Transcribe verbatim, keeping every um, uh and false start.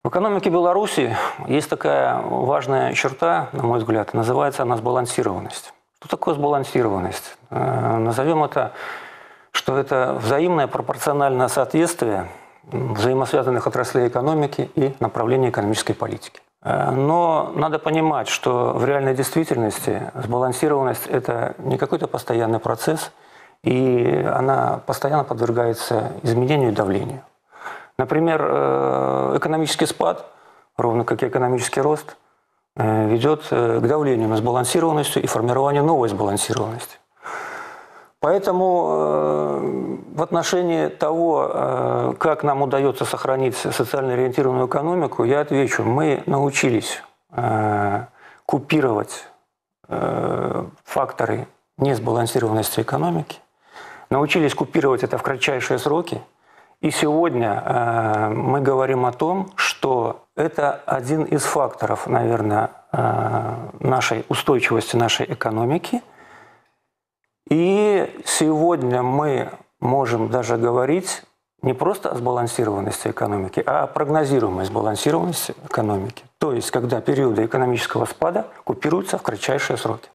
В экономике Беларуси есть такая важная черта, на мой взгляд, называется она сбалансированность. Что такое сбалансированность? Назовем это, что это взаимное пропорциональное соответствие взаимосвязанных отраслей экономики и направлений экономической политики. Но надо понимать, что в реальной действительности сбалансированность – это не какой-то постоянный процесс, и она постоянно подвергается изменению и давлению. Например, экономический спад, ровно как и экономический рост, ведет к давлению на сбалансированность и формированию новой сбалансированности. Поэтому в отношении того, как нам удается сохранить социально ориентированную экономику, я отвечу, мы научились купировать факторы несбалансированности экономики, научились купировать это в кратчайшие сроки. И сегодня э, мы говорим о том, что это один из факторов, наверное, э, нашей устойчивости нашей экономики. И сегодня мы можем даже говорить не просто о сбалансированности экономики, а о прогнозируемой сбалансированности экономики. То есть, когда периоды экономического спада купируются в кратчайшие сроки.